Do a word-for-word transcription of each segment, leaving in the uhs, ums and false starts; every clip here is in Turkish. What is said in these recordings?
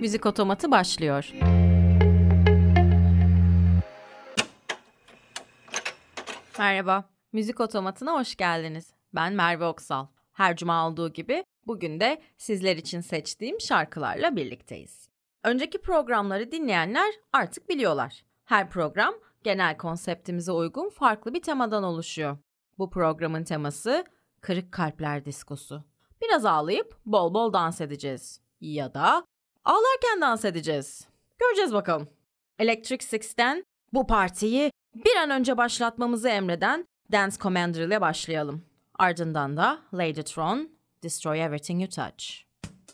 Müzik Otomatı başlıyor. Merhaba, Müzik Otomatı'na hoş geldiniz. Ben Merve Oksal. Her cuma olduğu gibi bugün de sizler için seçtiğim şarkılarla birlikteyiz. Önceki programları dinleyenler artık biliyorlar. Her program genel konseptimize uygun farklı bir temadan oluşuyor. Bu programın teması Kırık Kalpler Diskosu. Biraz ağlayıp bol bol dans edeceğiz. Ya da ağlarken dans edeceğiz. Göreceğiz bakalım. Electric Six'ten bu partiyi bir an önce başlatmamızı emreden Dance Commander ile başlayalım. Ardından da Ladytron, Destroy Everything You Touch.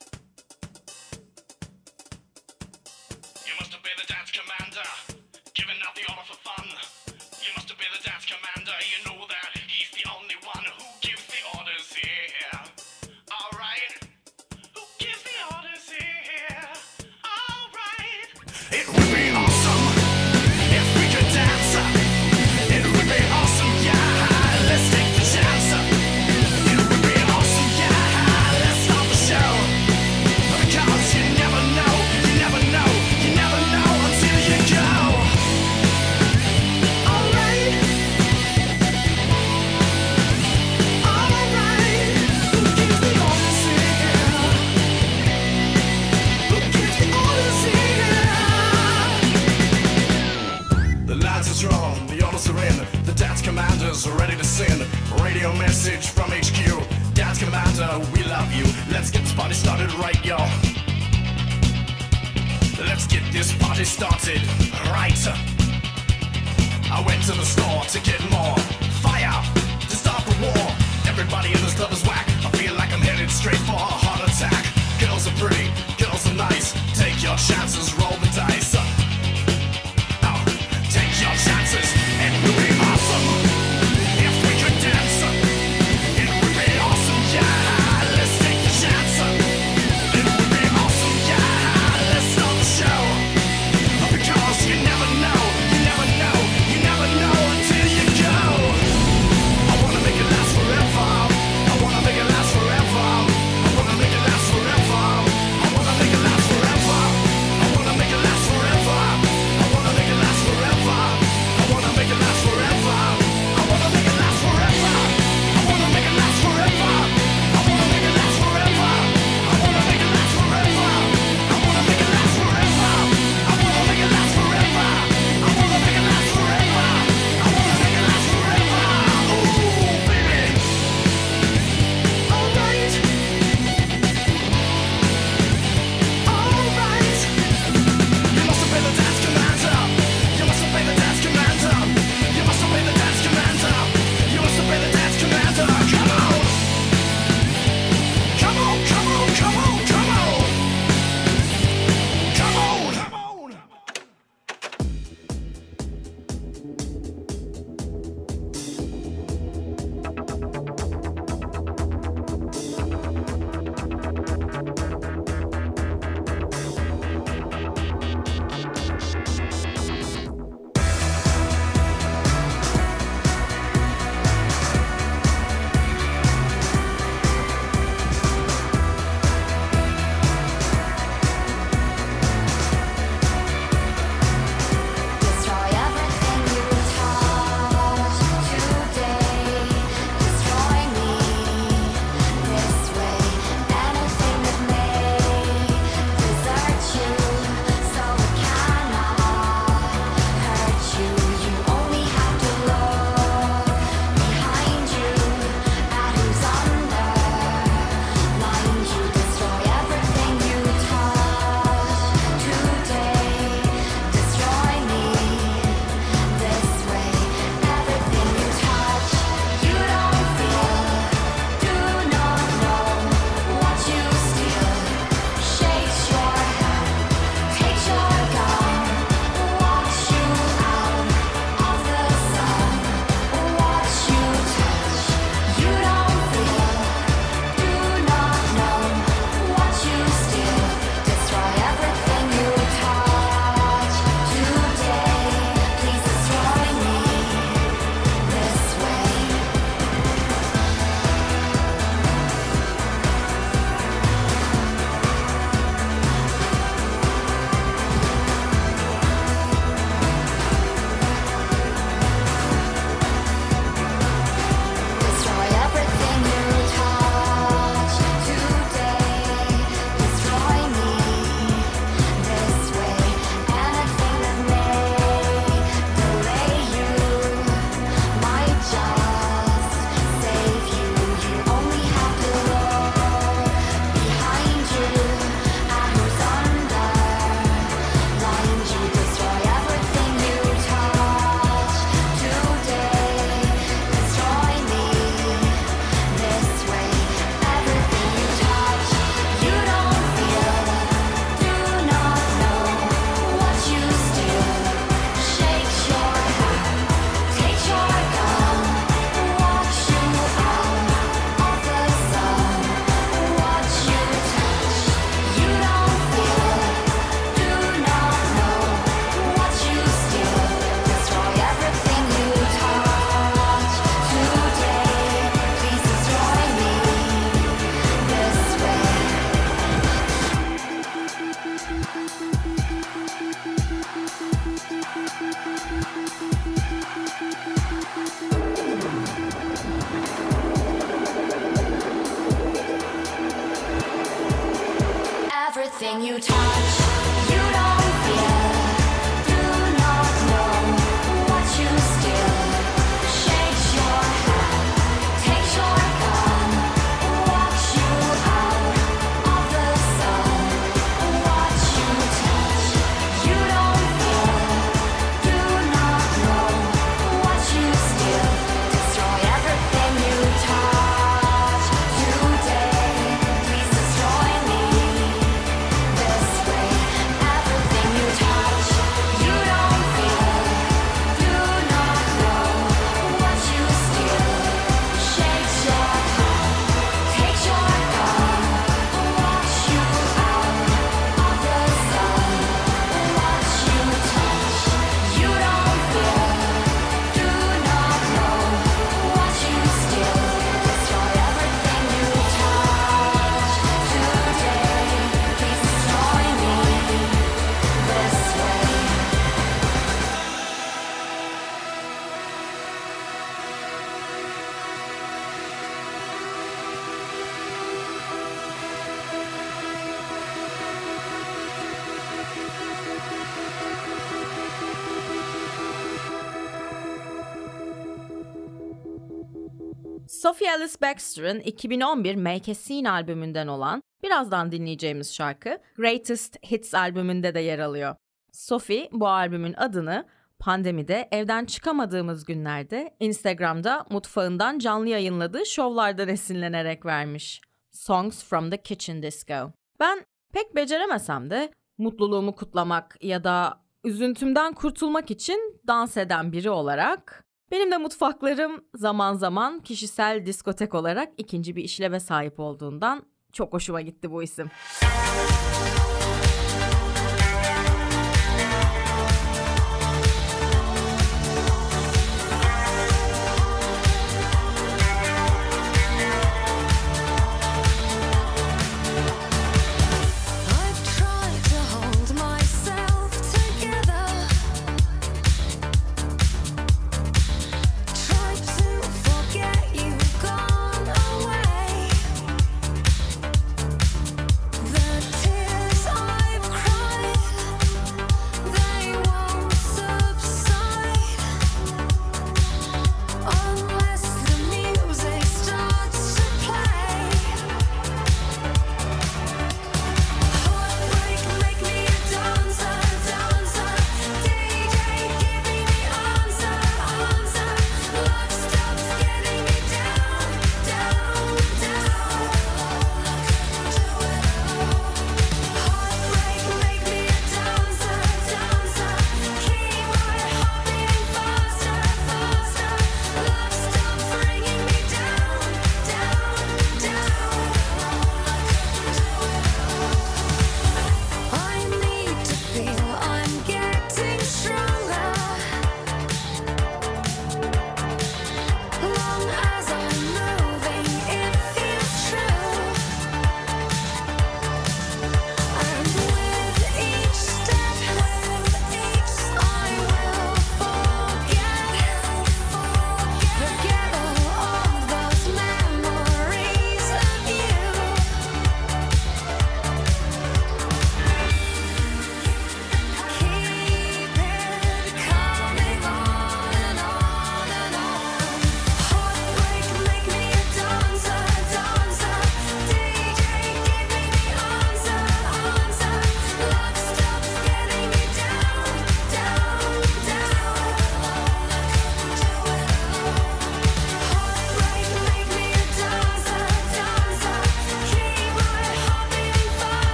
Ready to send radio message from H Q. Dance Commander, we love you. Let's get this party started right, y'all. Let's get this party started right. I went to the store to get more fire to start the war. Everybody in this club is whack. I feel like I'm headed straight for a heart attack. Girls are pretty, girls are nice. Take your chances, roll the dice. Oh, take your chances, and we'll be awesome. Forever. I wanna make it last forever. I wanna make it last forever. I wanna everything you touch. You don't feel, do not know what you steal. Shakes your hand, takes your gun, walks you out of the sun. What you touch, you don't feel, do not know what you steal. Destroy everything you touch today. Please destroy me this way. Everything you touch, you don't feel, do not know what you steal. Shakes your hand, takes your gun, walks you out of the sun. What you touch, you don't feel, do not know what you steal. Destroy everything you touch today. Please destroy me this way. Sophie Ellis Bextor'ın iki bin on bir Make a Scene albümünden olan birazdan dinleyeceğimiz şarkı Greatest Hits albümünde de yer alıyor. Sophie bu albümün adını pandemide evden çıkamadığımız günlerde Instagram'da mutfağından canlı yayınladığı şovlardan esinlenerek vermiş. Songs from the Kitchen Disco. Ben pek beceremesem de mutluluğumu kutlamak ya da üzüntümden kurtulmak için dans eden biri olarak benim de mutfaklarım zaman zaman kişisel diskotek olarak ikinci bir işleve sahip olduğundan çok hoşuma gitti bu isim. I've tried to hold myself together, tried to forget you've gone away. The tears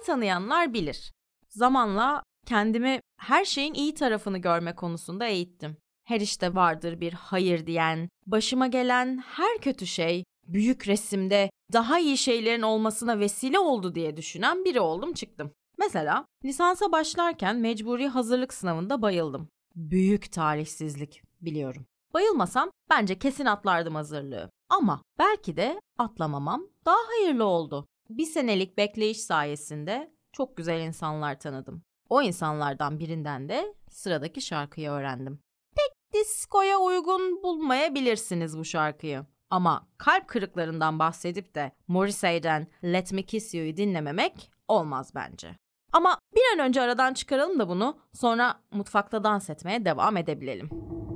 tanıyanlar bilir. Zamanla kendimi her şeyin iyi tarafını görme konusunda eğittim. Her işte vardır bir hayır diyen, başıma gelen her kötü şey büyük resimde daha iyi şeylerin olmasına vesile oldu diye düşünen biri oldum çıktım. Mesela lisansa başlarken mecburi hazırlık sınavında bayıldım. Büyük talihsizlik, biliyorum. Bayılmasam bence kesin atlardım hazırlığı. Ama belki de atlamamam daha hayırlı oldu. Bir senelik bekleyiş sayesinde çok güzel insanlar tanıdım. O insanlardan birinden de sıradaki şarkıyı öğrendim. Pek diskoya uygun bulmayabilirsiniz bu şarkıyı. Ama kalp kırıklarından bahsedip de Morrissey'den Let Me Kiss You'yu dinlememek olmaz bence. Ama bir an önce aradan çıkaralım da bunu, sonra mutfakta dans etmeye devam edebilelim.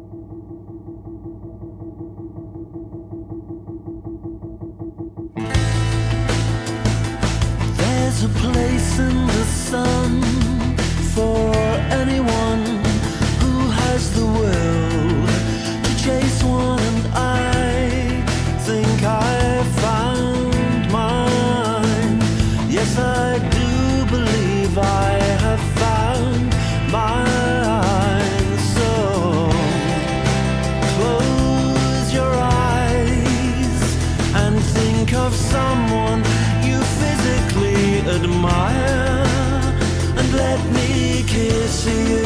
There's a place in the sun for anyone who has the will to chase one, and I think I found mine. Yes, I do believe I have found mine. So close your eyes and think of someone you physically admire, and let me kiss you.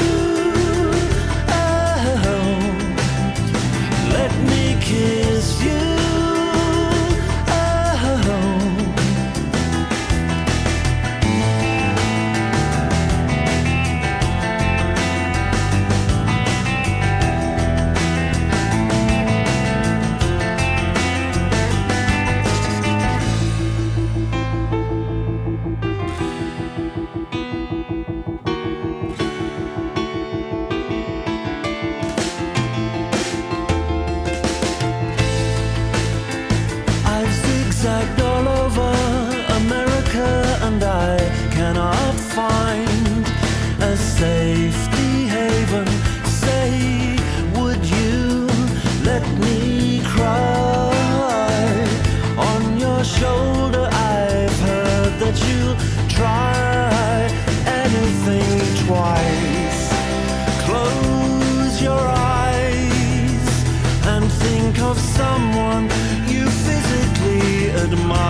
Oh, let me kiss you. Oh. I've zigzagged all over America, and I cannot find a safety haven. Say, would you let me cry on your shoulder? I've heard that you'll try anything twice. Close your eyes and think of someone you physically admire.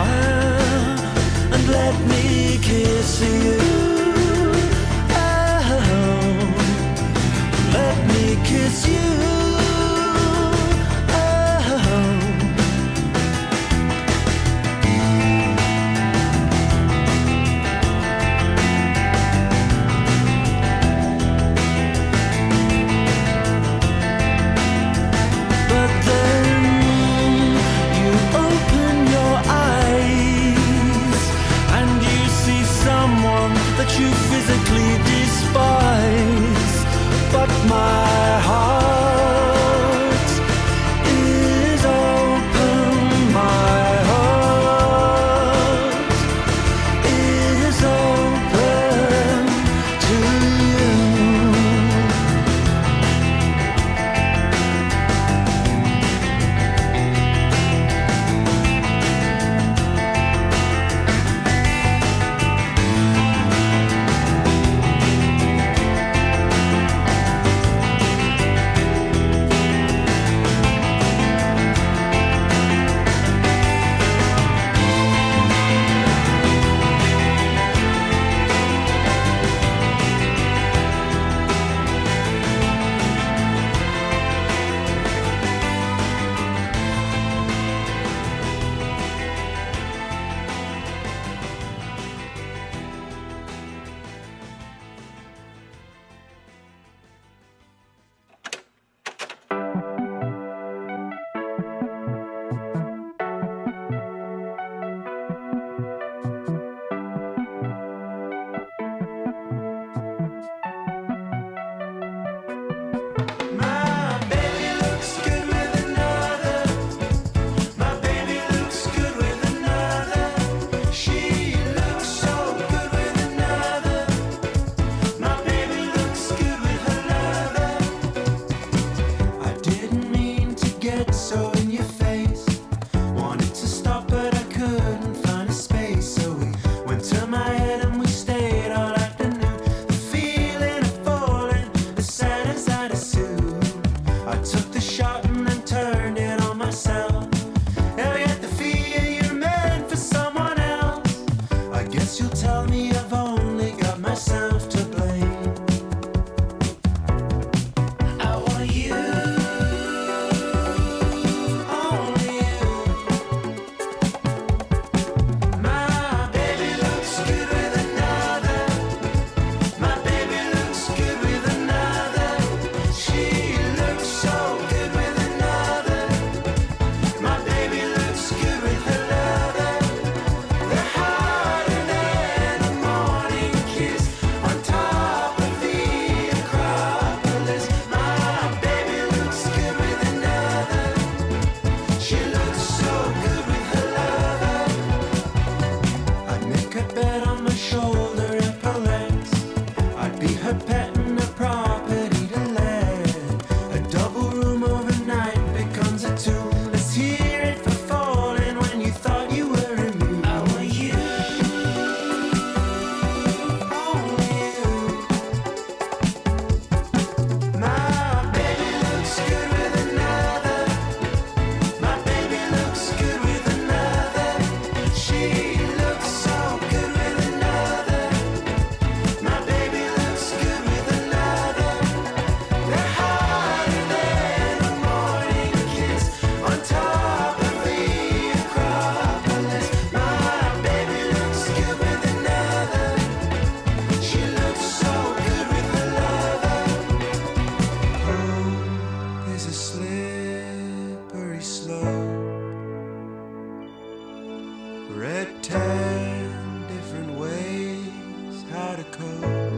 read ten different ways how to cope,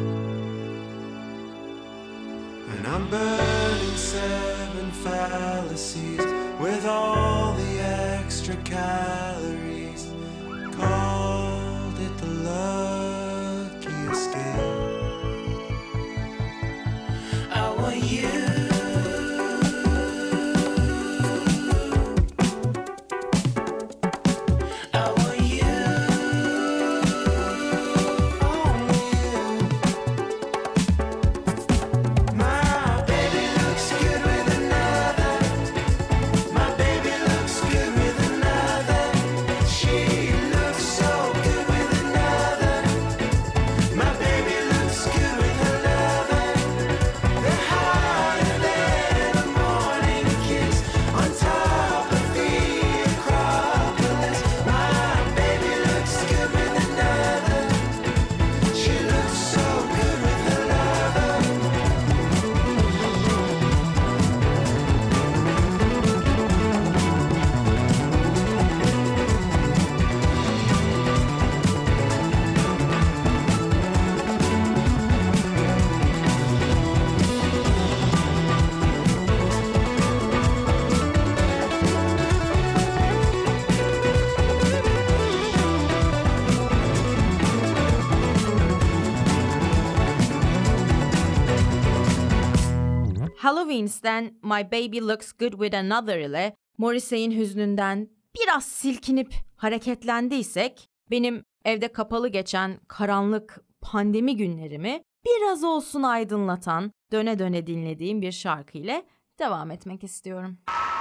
and I'm burning seven fallacies with all the extra calories. Called it the lucky escape. I want you. Halloweens'ten My Baby Looks Good With Another ile Morrissey'in hüznünden biraz silkinip hareketlendiysek, benim evde kapalı geçen karanlık pandemi günlerimi biraz olsun aydınlatan, döne döne dinlediğim bir şarkı ile devam etmek istiyorum.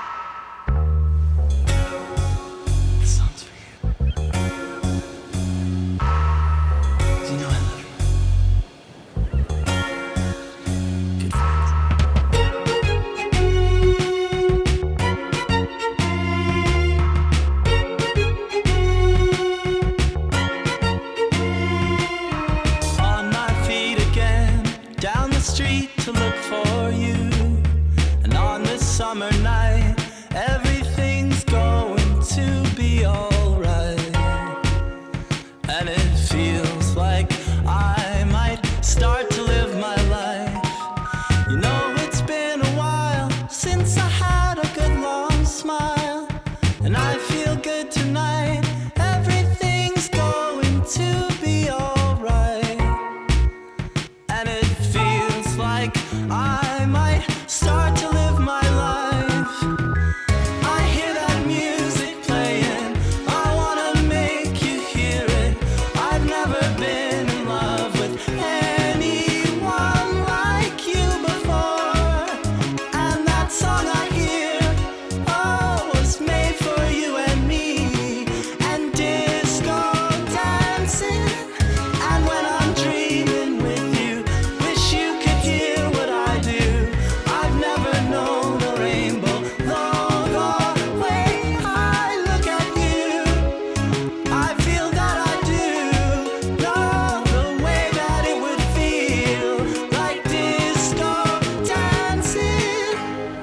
To look for you, and on this summer night everything's going to be alright, and it feels like I might start to live my life. You know, it's been a while since I had a good long smile, and I feel good tonight. Everything's going to be alright, and it feels like I might start to live my life. I hear that music playing, I wanna make you hear it. I've never been in love with anyone like you before, and that song I hear, oh, was made for you and me, and disco dancing. And when I'm dreaming with you, wish you could hear what I do. I've never known a rainbow, though the way I look at you, I feel that I do know the way that it would feel like disco dancing.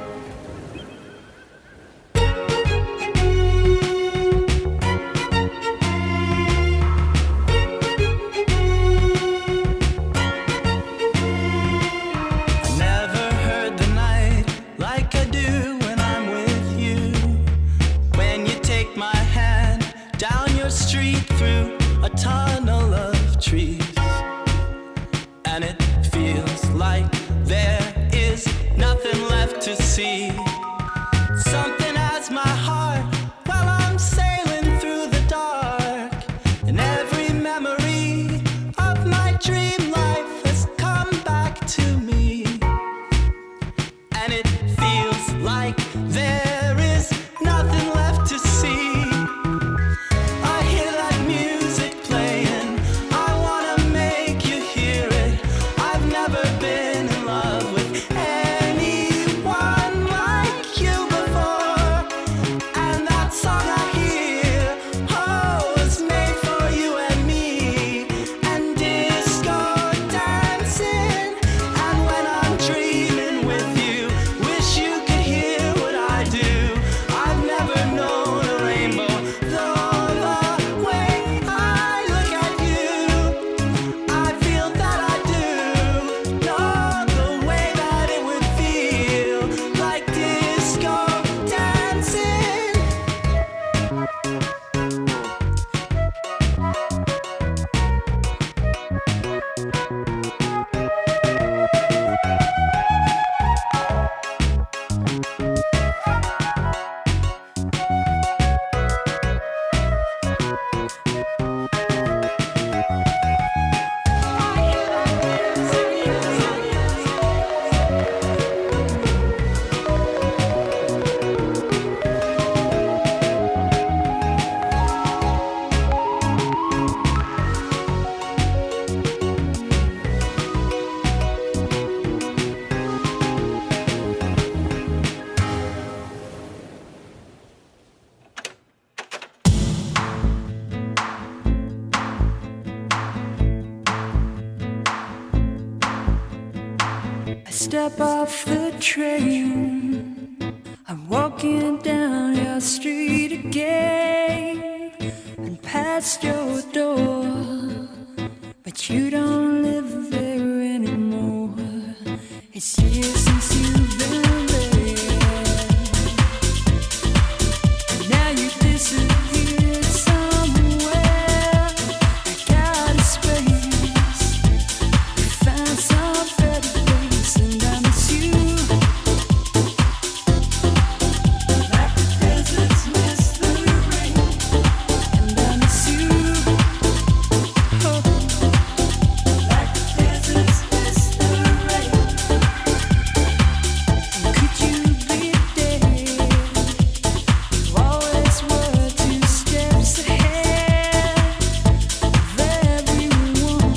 I never heard the night like I do when I'm with you. When you take my hand down your street through a tunnel of trees, and it feels like there is nothing left to see. Something has my heart while I'm sailing through the dark, and every memory of my dream life has come back to me, and it feels like there is nothing left to see. I hear that music playing, I wanna make you hear it. I've never been in love with anyone like step off the train, I'm walking down your street again and past your door, but you don't live there anymore. It's years since you've been there, and now you disappeared somewhere. I got a space, you found some better place, and I miss you like the deserts miss the rain, and I miss you oh, like the deserts miss the rain. And could you be there? You always were two steps ahead of everyone.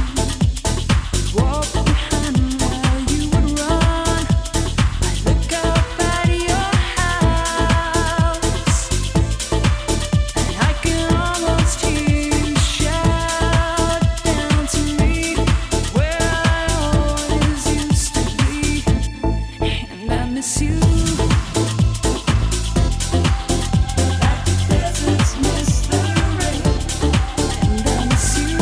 Walk behind while you would run. I look up at your house, and I can almost hear you shout down to me where I always used to be, and I miss you like the deserts miss the rain, and I miss you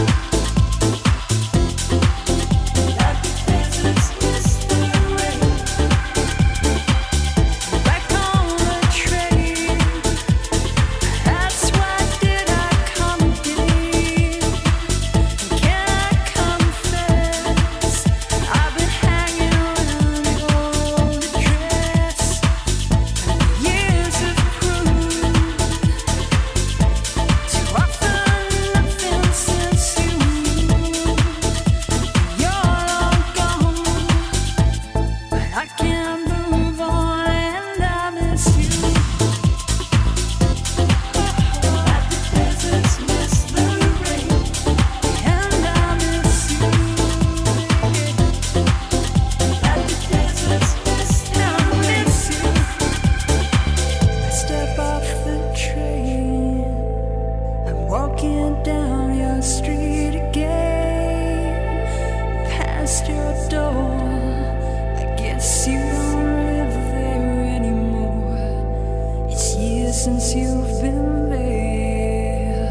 like the deserts miss the rain. Back on the train, that's why did I come here? Can I confess? I've been hanging around your old address, and years have proved too often nothing since you. You're long gone, but I can't move on, and I miss you like the deserts miss the rain, and I miss you like the deserts miss the rain. I miss you. I step off the train, I'm walking down your street again, past your door. I guess you don't live there anymore. It's years since you've been there,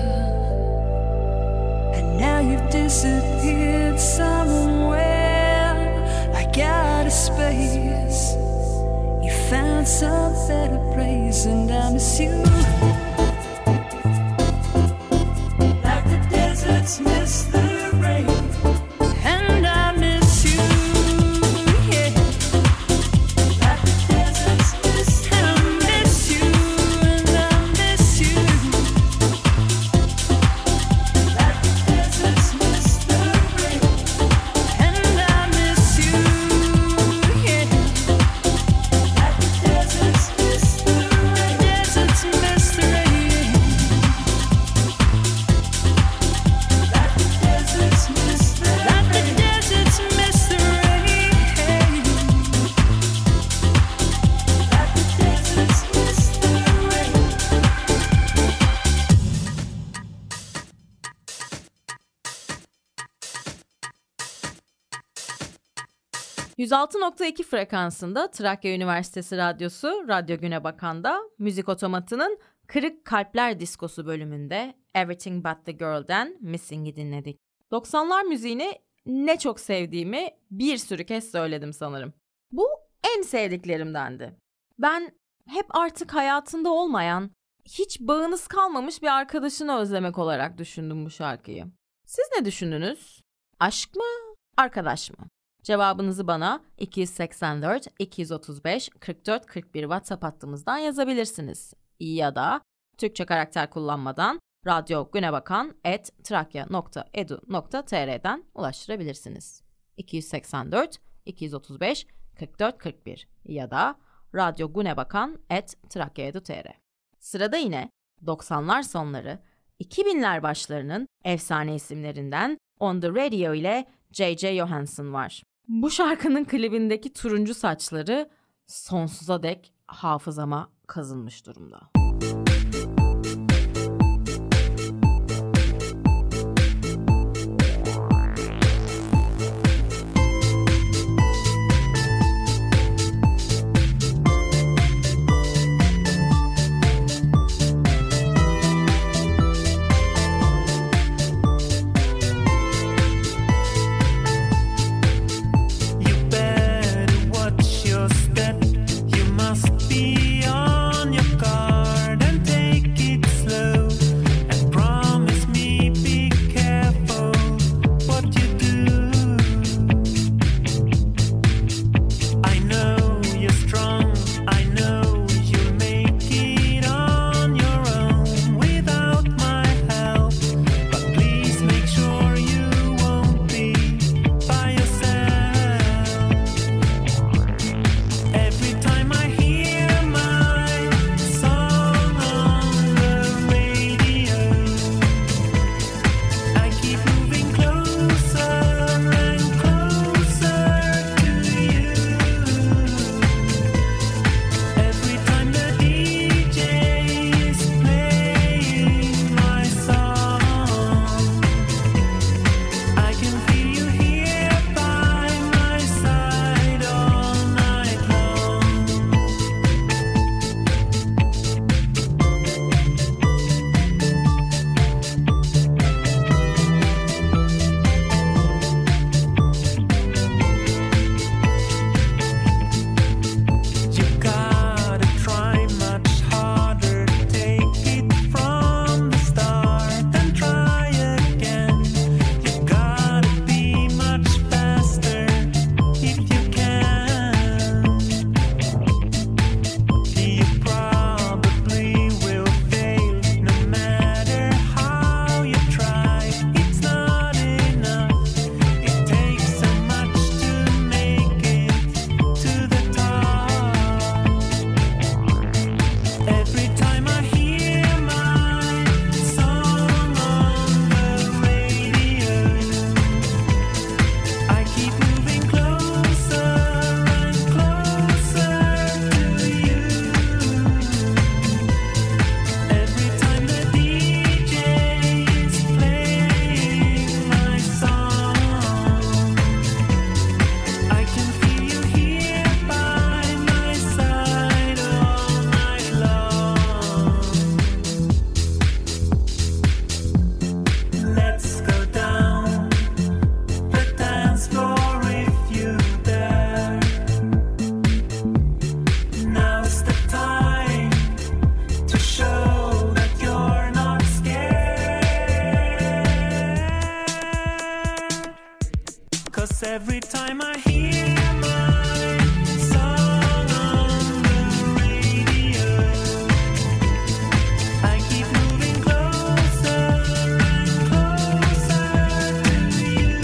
and now you've disappeared somewhere. I got a space, you found some better place, and I miss you like the deserts miss the rain, and I miss you, yeah, like the deserts miss the rain. I miss you, and I miss you like the deserts miss the rain, and I miss you, yeah, like the deserts miss the rain. Deserts miss the rain, like the deserts miss the rain, like the deserts miss the rain, like the deserts miss the rain. yüz altı nokta iki frekansında Trakya Üniversitesi Radyosu Radyo Günebakan'da Müzik Otomatı'nın Kırık Kalpler Diskosu bölümünde Everything But The Girl'den Missing'i dinledik. doksanlar müziğini ne çok sevdiğimi bir sürü kez söyledim sanırım. Bu en sevdiklerimdendi. Ben hep artık hayatında olmayan, hiç bağınız kalmamış bir arkadaşını özlemek olarak düşündüm bu şarkıyı. Siz ne düşündünüz? Aşk mı, arkadaş mı? Cevabınızı bana iki yüz seksen dört iki yüz otuz beş kırk dört kırk bir WhatsApp hattımızdan yazabilirsiniz. Ya da Türkçe karakter kullanmadan radyogünebakan at trakya nokta edu nokta tr'den ulaştırabilirsiniz. iki yüz seksen dört iki yüz otuz beş kırk dört kırk bir ya da radyogünebakan at trakya nokta edu nokta tr. Sırada yine doksanlar sonları, iki binler başlarının efsane isimlerinden On The Radio ile J J Johansson var. Bu şarkının klibindeki turuncu saçları sonsuza dek hafızama kazınmış durumda. Every time I hear my song on the radio, I keep moving closer and closer to you.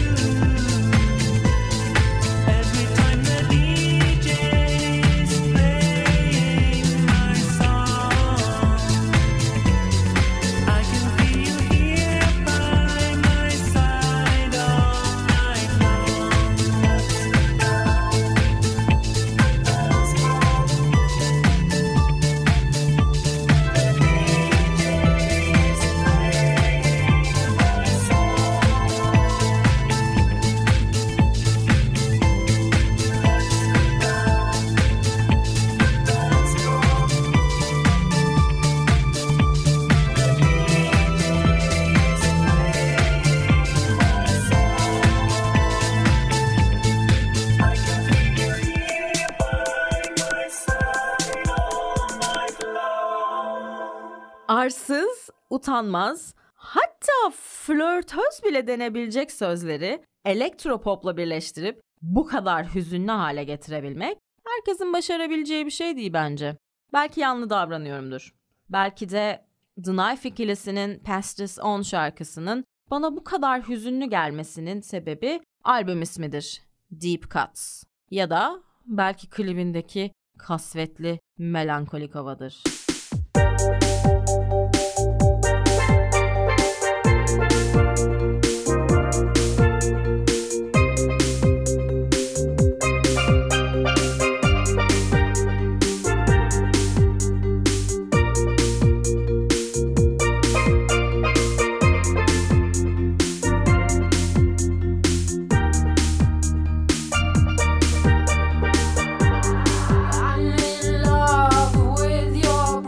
Every time the D J's playing my song, I can feel you here by my side all night long. Arsız, utanmaz, hatta flörtöz bile denebilecek sözleri elektropopla birleştirip bu kadar hüzünlü hale getirebilmek herkesin başarabileceği bir şey değil bence. Belki yanlı davranıyorumdur. Belki de The Knife ikilisinin Pass This On şarkısının bana bu kadar hüzünlü gelmesinin sebebi albüm ismidir. Deep Cuts. Ya da belki klibindeki kasvetli melankolik havadır. I'm in love with your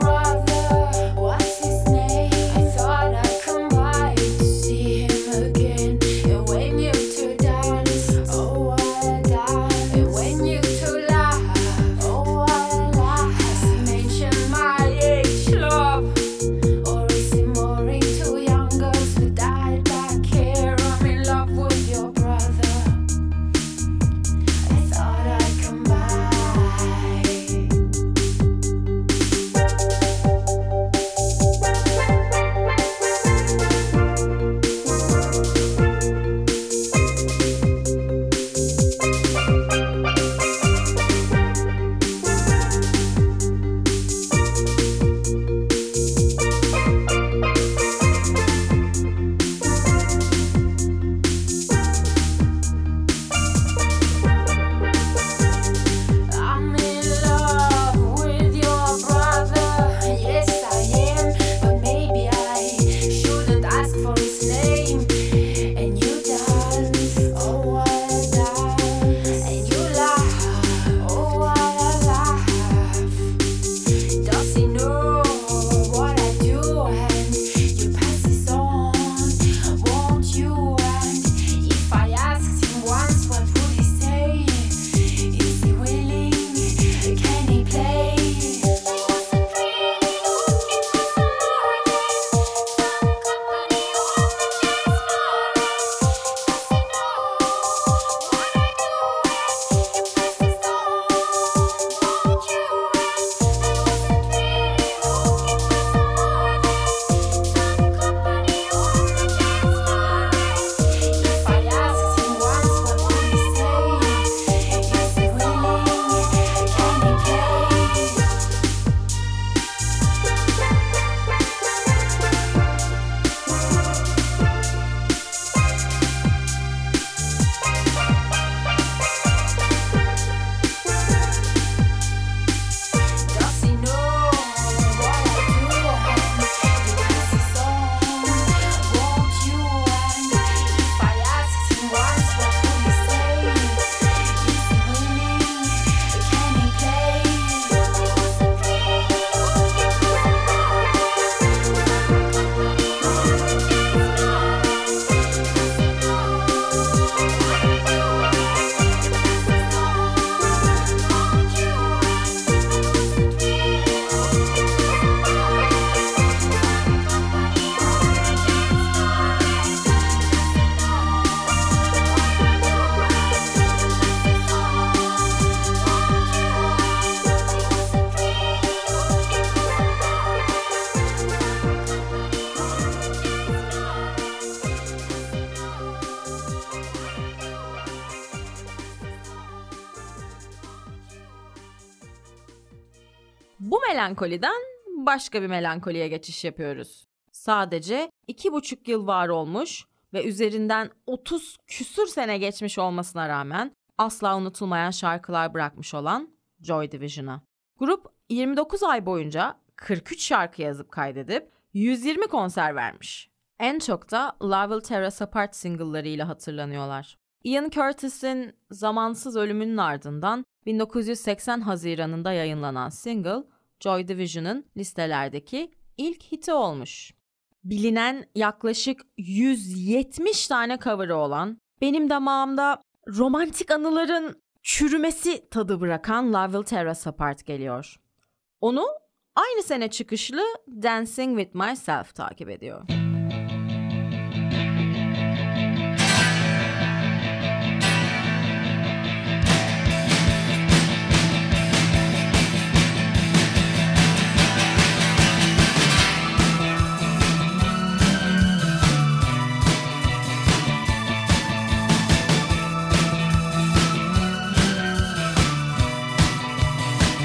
melankoliden başka bir melankoliye geçiş yapıyoruz. Sadece iki buçuk yıl var olmuş ve üzerinden otuz küsür sene geçmiş olmasına rağmen asla unutulmayan şarkılar bırakmış olan Joy Division'a. Grup yirmi dokuz ay boyunca kırk üç şarkı yazıp kaydedip yüz yirmi konser vermiş. En çok da Love Will Tear Us Apart single'larıyla hatırlanıyorlar. Ian Curtis'in zamansız ölümünün ardından bin dokuz yüz seksen Haziran'ında yayınlanan single, Joy Division'ın listelerdeki ilk hiti olmuş. Bilinen yaklaşık yüz yetmiş tane cover'ı olan, benim damağımda romantik anıların çürümesi tadı bırakan Love Will Tear Us Apart geliyor. Onu aynı sene çıkışlı Dancing With Myself takip ediyor.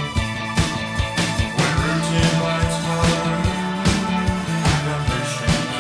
When routine lights hard, ambition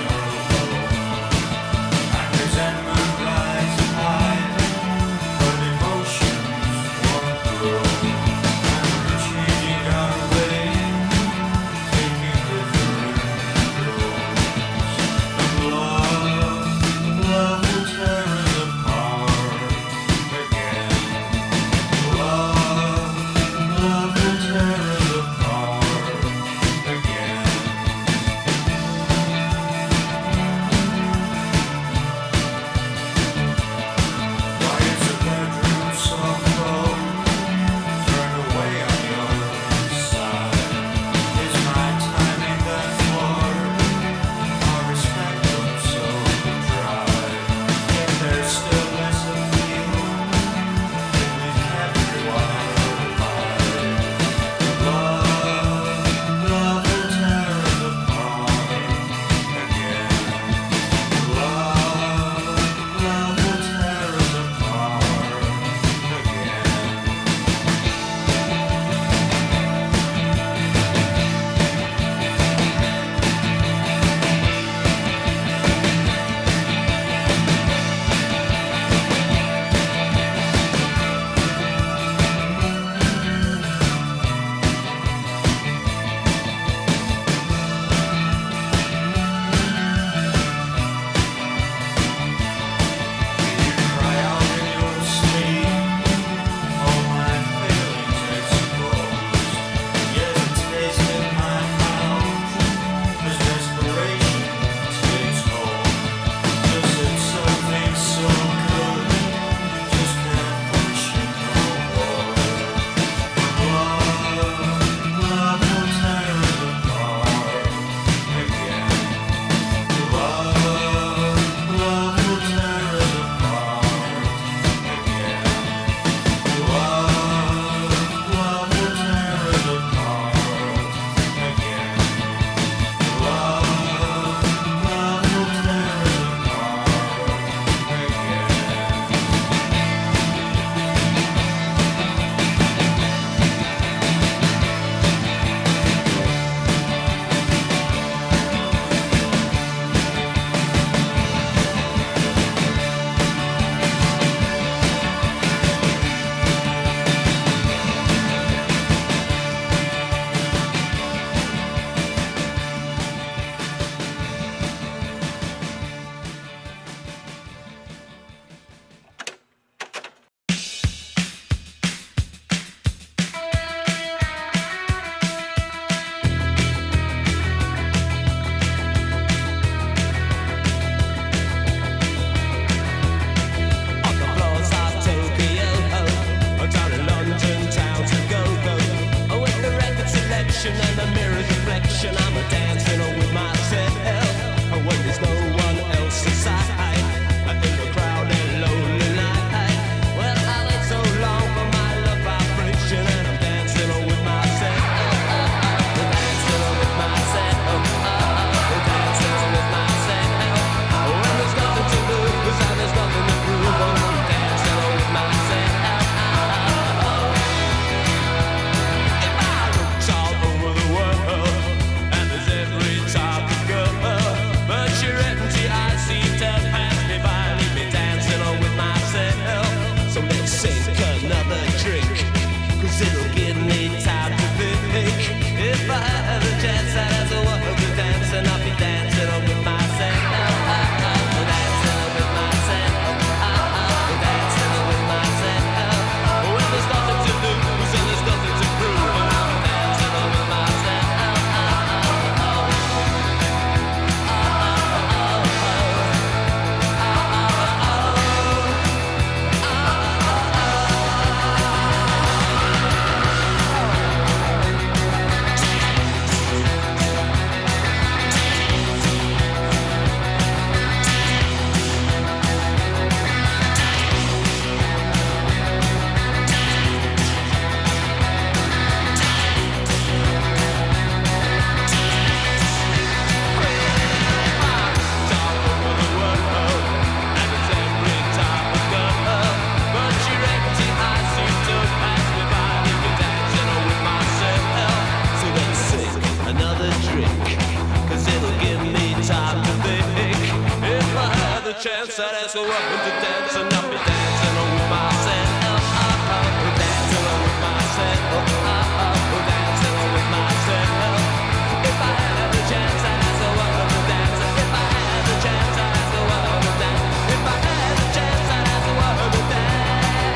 chance that has the world to dance, and I'll be dancing with myself. Dancing with myself. Dancing with myself. If I had the chance, I ask the world to dance. If I had the chance, I ask the world to dance. If I had the chance, I ask the world to dance.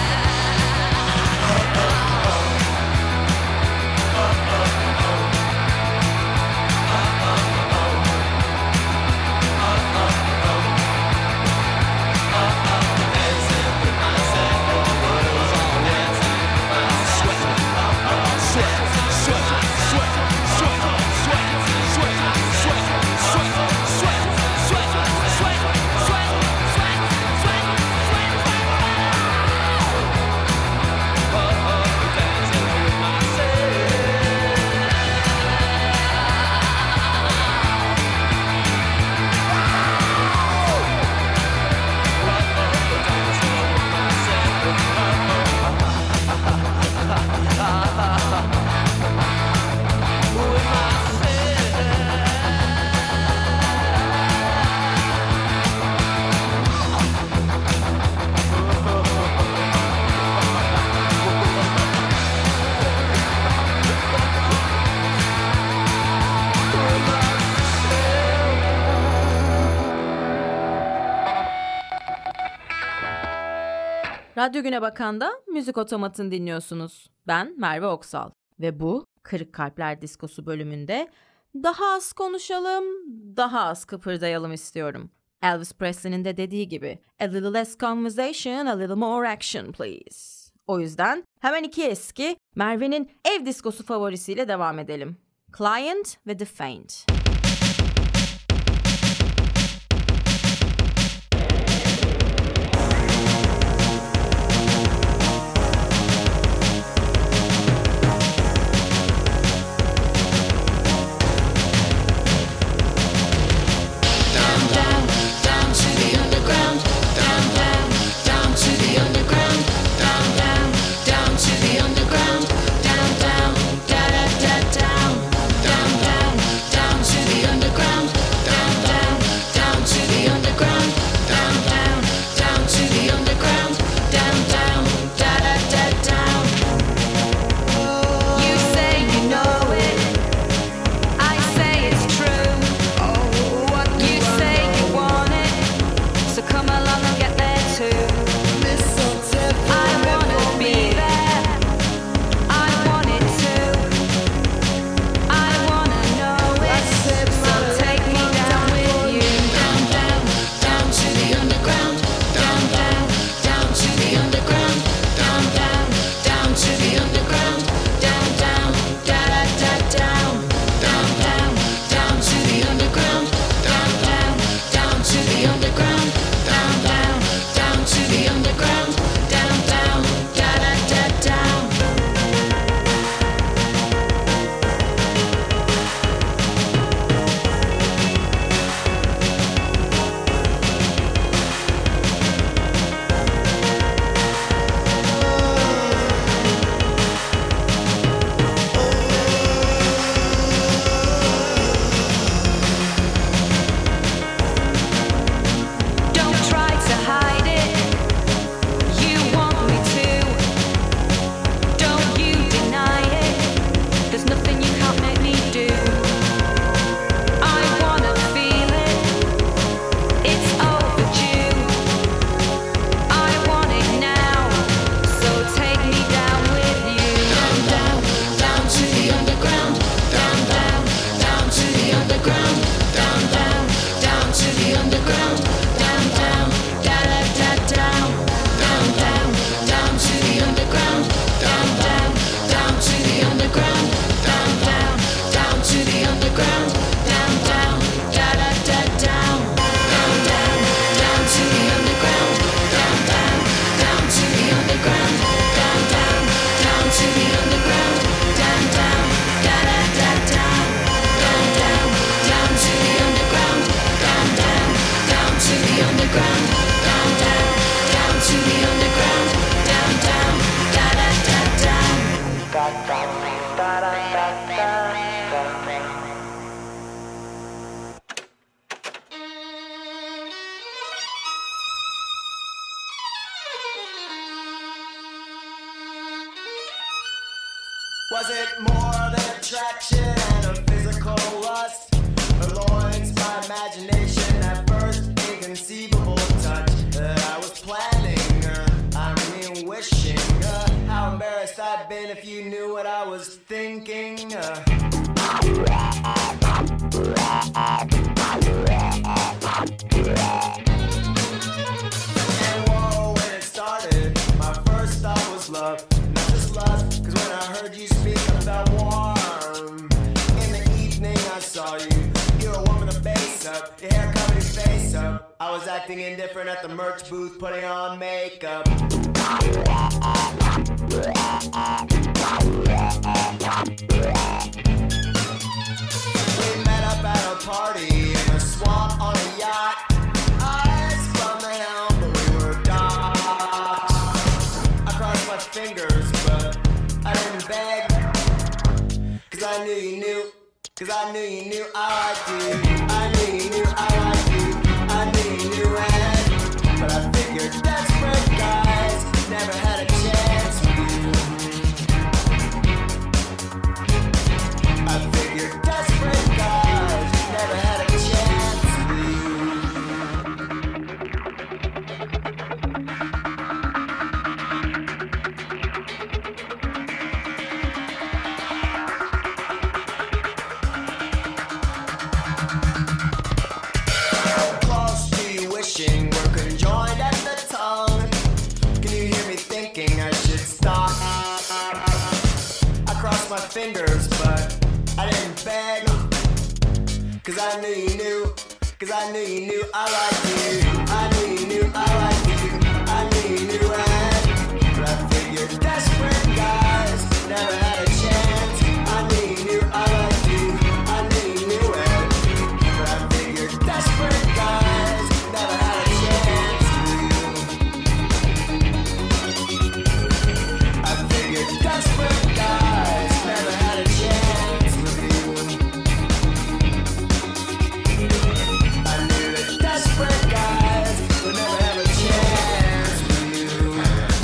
Radyo Güne Bakan'da Müzik Otomatı'nı dinliyorsunuz. Ben Merve Oksal ve bu Kırık Kalpler Diskosu bölümünde daha az konuşalım, daha az kıpırdayalım istiyorum. Elvis Presley'nin de dediği gibi a little less conversation, a little more action please. O yüzden hemen iki eski Merve'nin ev diskosu favorisiyle devam edelim. Client ve The Faint. Down Was it more than attraction and a physical lust? Or loins by imagination, that first inconceivable touch that I was planning, uh, I mean wishing. Uh, how embarrassed I'd been if you knew what I was thinking. Uh, And whoa, when it started, my first thought was love, not just lust. Cause when I heard you speak, I felt warm. In the evening, I saw you. You're a woman of bass up, your hair covered your face up. I was acting indifferent at the merch booth, putting on makeup. We met up at a party in a swamp on a yacht. Eyes from the helm, but we were docked. I crossed my fingers, but I didn't beg. Cause I knew you knew, cause I knew you knew I liked you. I knew you knew I liked you. I knew you knew and, but I figured desperate guys never had a chance with you. I figured desperate guys never had a chance with you. Close to you wishing we're conjoined at the tongue. Can you hear me thinking I should stop? I crossed my fingers, but I didn't beg. Cause I knew you knew, cause I knew you knew I liked you. I knew you knew I liked you. I knew you knew and, but I figured desperate guys never had a chance. I knew you knew I liked you. I knew you knew and, but I figured desperate guys never had a chance with you. I figured desperate guys never had a chance with you. I knew that desperate guys would never have a chance with you.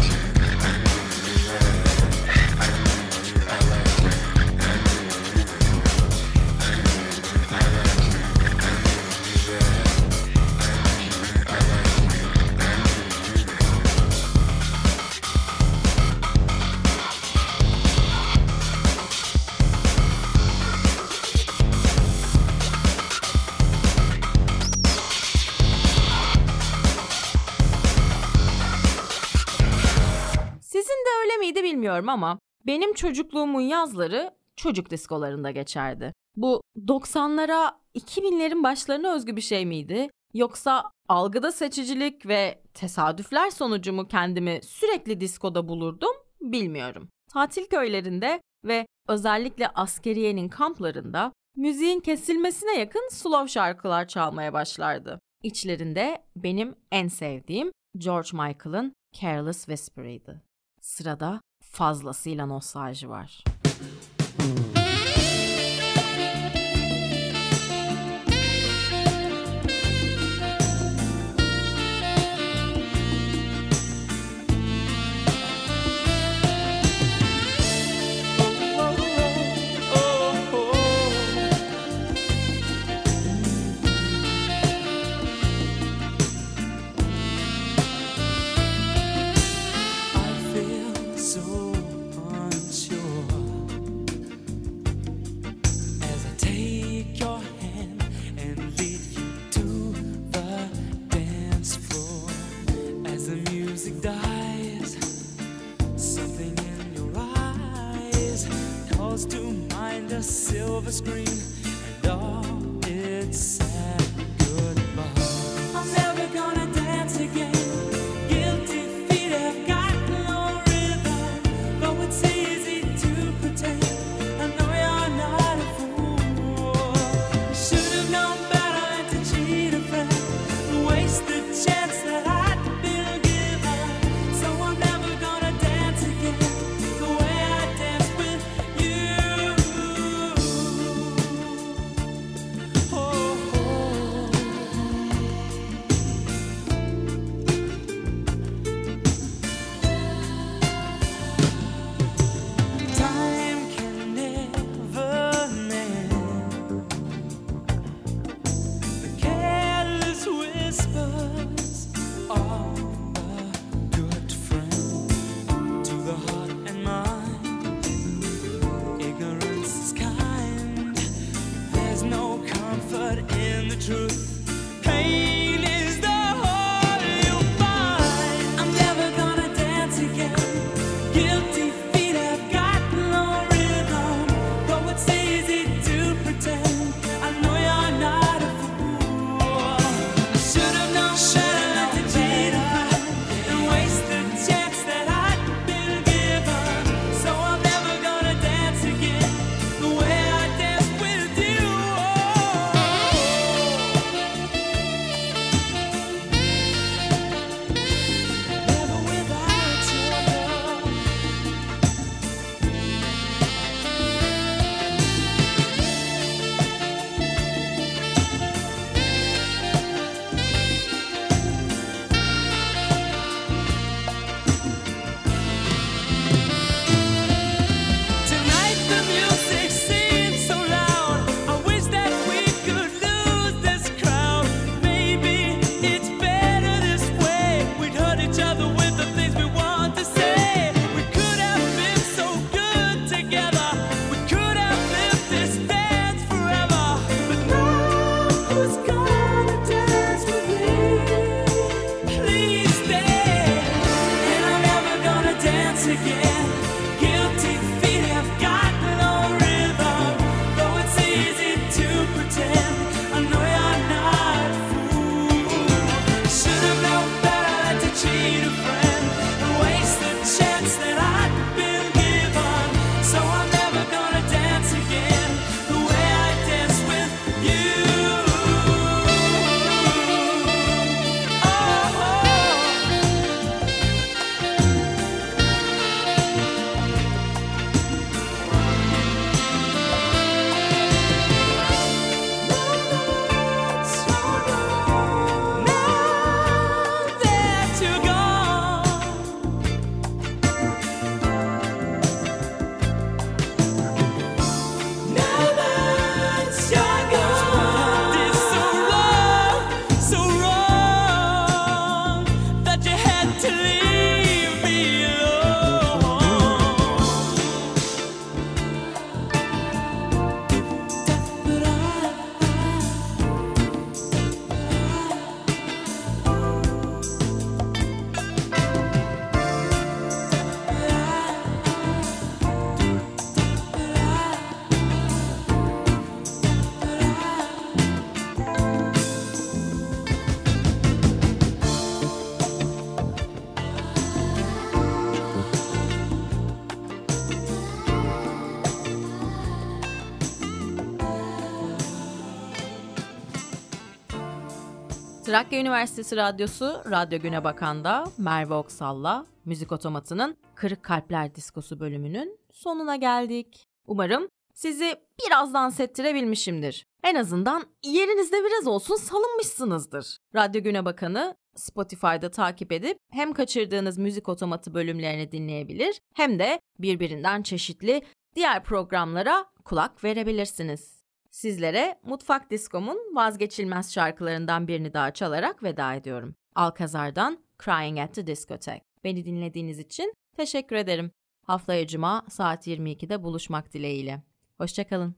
Sizin de öyle miydi bilmiyorum ama benim çocukluğumun yazları çocuk diskolarında geçerdi. Bu doksanlara, iki binlerin başlarına özgü bir şey miydi? Yoksa algıda seçicilik ve tesadüfler sonucu mu kendimi sürekli diskoda bulurdum bilmiyorum. Tatil köylerinde ve özellikle askeriyenin kamplarında müziğin kesilmesine yakın slow şarkılar çalmaya başlardı. İçlerinde benim en sevdiğim George Michael'ın Careless Whisper'ıydı. Sırada fazlasıyla nostalji var. I feel so unsure. truth. Pain is the whole you'll find. I'm never gonna dance again. Guilty feet have got no rhythm. Though it's easy to pretend, I know you're not a fool. I should have known better not to cheat a friend and waste the chance that I'd been given. So I'm never gonna dance again the way I danced with you. Never without your love. Tonight the music seems so loud. I wish that we could lose this crowd. Maybe it's better this way. We'd hurt each other with the things we want to say. We could have been so good together. We could have lived this dance forever. But now who's gonna dance with me? Please stay. And I'm never gonna dance again. Guilty feet have got no rhythm. Though it's easy to pretend, I know you're not a fool. Should have known better than to cheat a friend and waste the chance that I'd been given. So I'm never gonna dance again the way I danced with you. Now that you're gone, now that you're gone, it's so wrong, so wrong that you had to leave me alone. But Trakya Üniversitesi Radyosu Radyo Güne Bakan'da Merve Oksal'la Müzik Otomatı'nın Kırık Kalpler Diskosu bölümünün sonuna geldik. Umarım sizi biraz dans ettirebilmişimdir. En azından yerinizde biraz olsun salınmışsınızdır. Radyo Güne Bakan'ı Spotify'da takip edip hem kaçırdığınız Müzik Otomatı bölümlerini dinleyebilir hem de birbirinden çeşitli diğer programlara kulak verebilirsiniz. Sizlere Mutfak Disko'mun vazgeçilmez şarkılarından birini daha çalarak veda ediyorum. Alcazar'dan Crying at the Discotheque. Beni dinlediğiniz için teşekkür ederim. Haftaya Cuma saat yirmi ikide buluşmak dileğiyle. Hoşçakalın.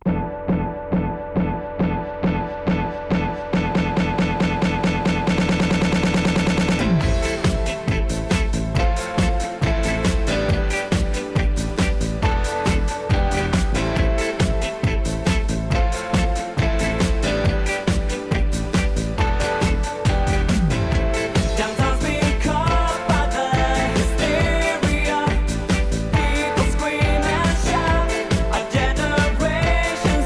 downtown's being caught by the hysteria. People scream and shout. Our generation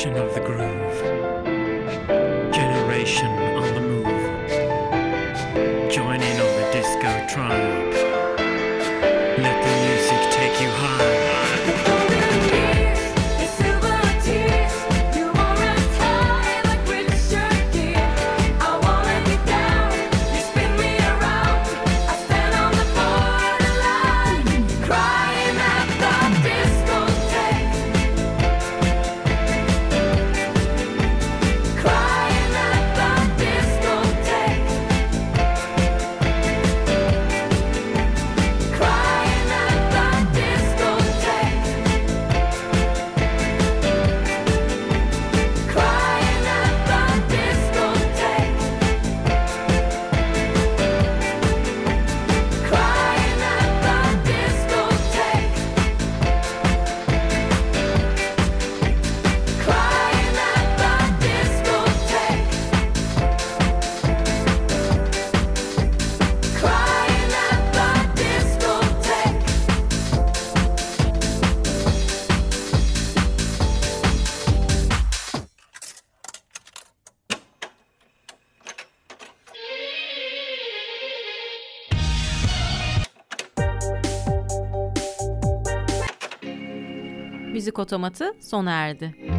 Nation of the groove, generation on the move, joining of the disco tribe. Let the music take you high. Müzik otomatı sona erdi.